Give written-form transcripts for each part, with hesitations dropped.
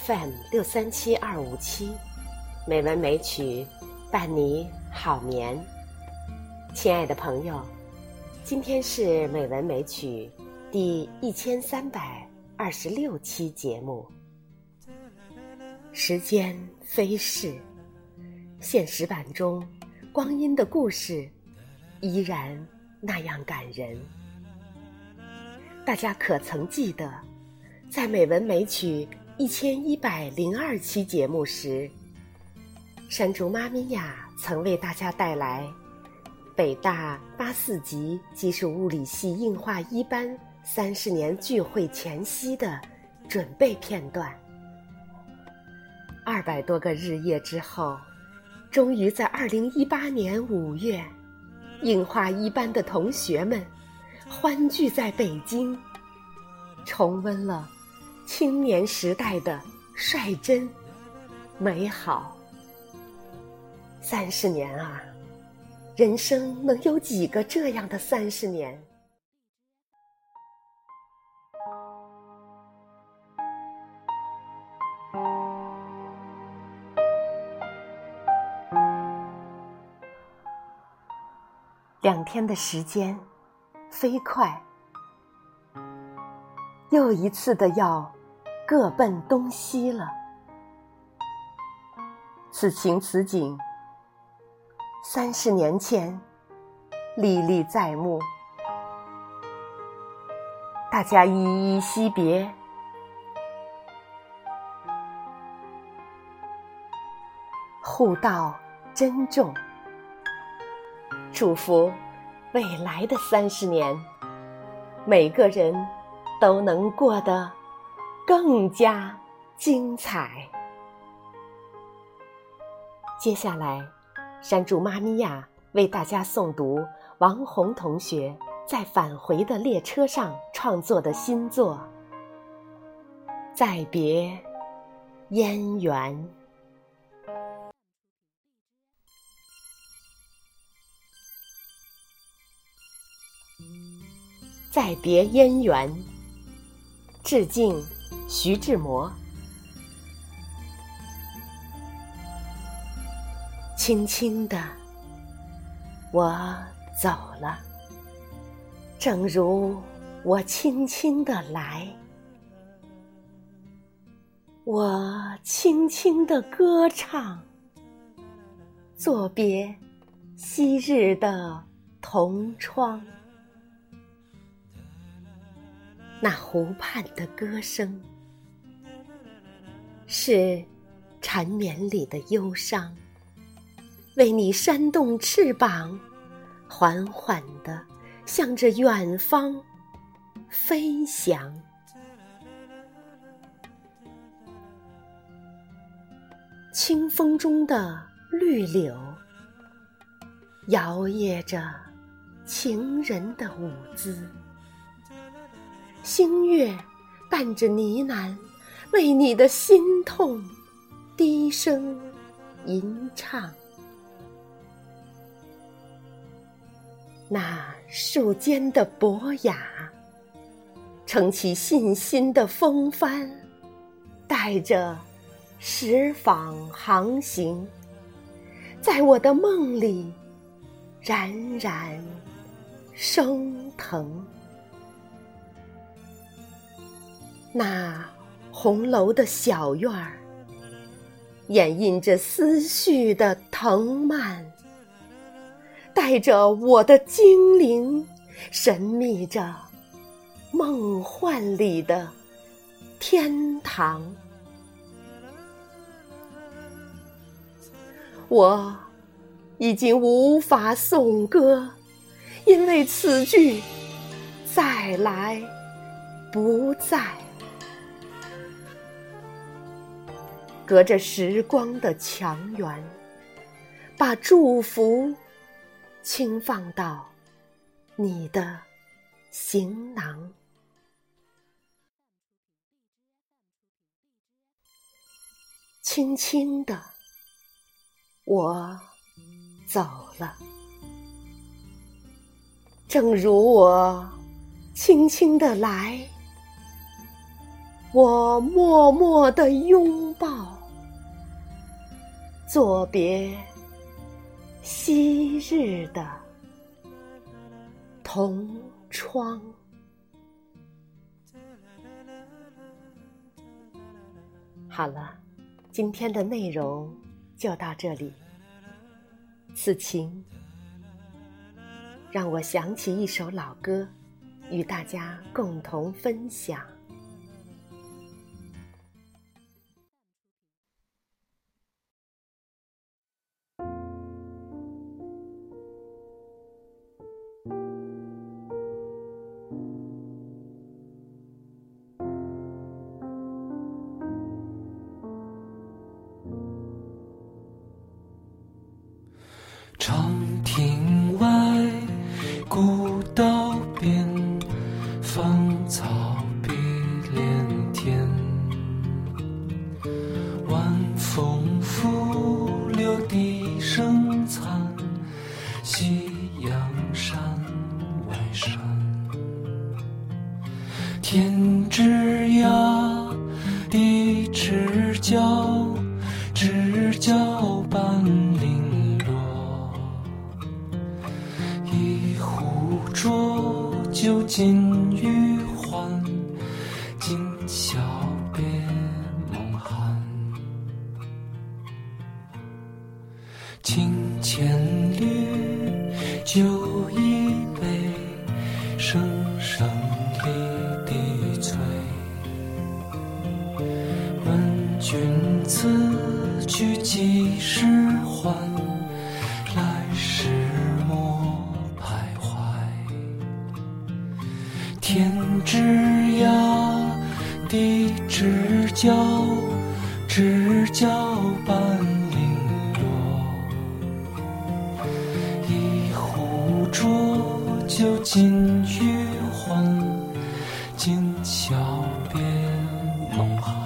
FM637257，美文美曲伴你好眠。亲爱的朋友，今天是美文美曲第1326期节目。时间飞逝，现实版中光阴的故事依然那样感人。大家可曾记得，在美文美曲1102期节目时，山竹妈咪呀曾为大家带来北大84级基础物理系硬化一班30年聚会前夕的准备片段。200多个日夜之后，终于在2018年5月，硬化一班的同学们欢聚在北京，重温了青年时代的率真美好。30年啊，人生能有几个这样的30年？2天的时间飞快，又一次的要各奔东西了。此情此景，30年前历历在目。大家依依惜别，互道珍重，祝福未来的30年，每个人都能过得更加精彩。接下来，山竹妈咪呀为大家诵读王红同学在返回的列车上创作的新作《再别燕园》。再别燕园，致敬徐志摩。轻轻地，我走了，正如我轻轻地来。我轻轻地歌唱，作别昔日的同窗。那湖畔的歌声，是缠绵里的忧伤，为你扇动翅膀，缓缓地向着远方飞翔。清风中的绿柳，摇曳着情人的舞姿。星月伴着呢喃，为你的心痛低声吟唱。那树间的博雅，撑起信心的风帆，带着十舫航行，在我的梦里冉冉升腾。那红楼的小院儿，掩映着思绪的藤蔓，带着我的精灵，神秘着梦幻里的天堂。我已经无法颂歌，因为此句再来不在。隔着时光的墙垣，把祝福轻放到你的行囊。轻轻地，我走了，正如我轻轻地来， 我默默地拥抱，作别昔日的同窗。好了，今天的内容就到这里。此情让我想起一首老歌，与大家共同分享。 长亭外，古道边，芳草碧连天。晚风拂柳笛声残，夕阳山外山。天之涯，地之角，知交半零。浊酒尽余欢，今宵别梦寒。情千缕，酒一杯，声声离笛催。问君此去几时还？来时天之涯，地之角，知交半零落。一壶浊酒尽余欢，今宵别梦寒。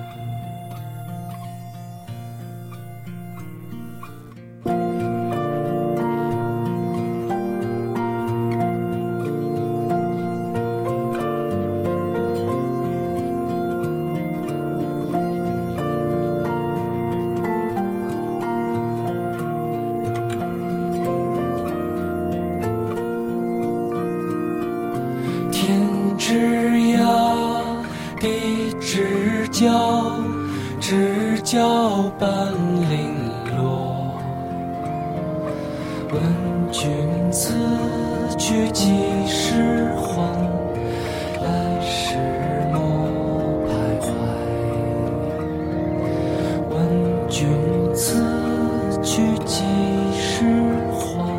天之涯，地之角，知交半零落。问君此去几时还？来时莫徘徊。问君此去几时还？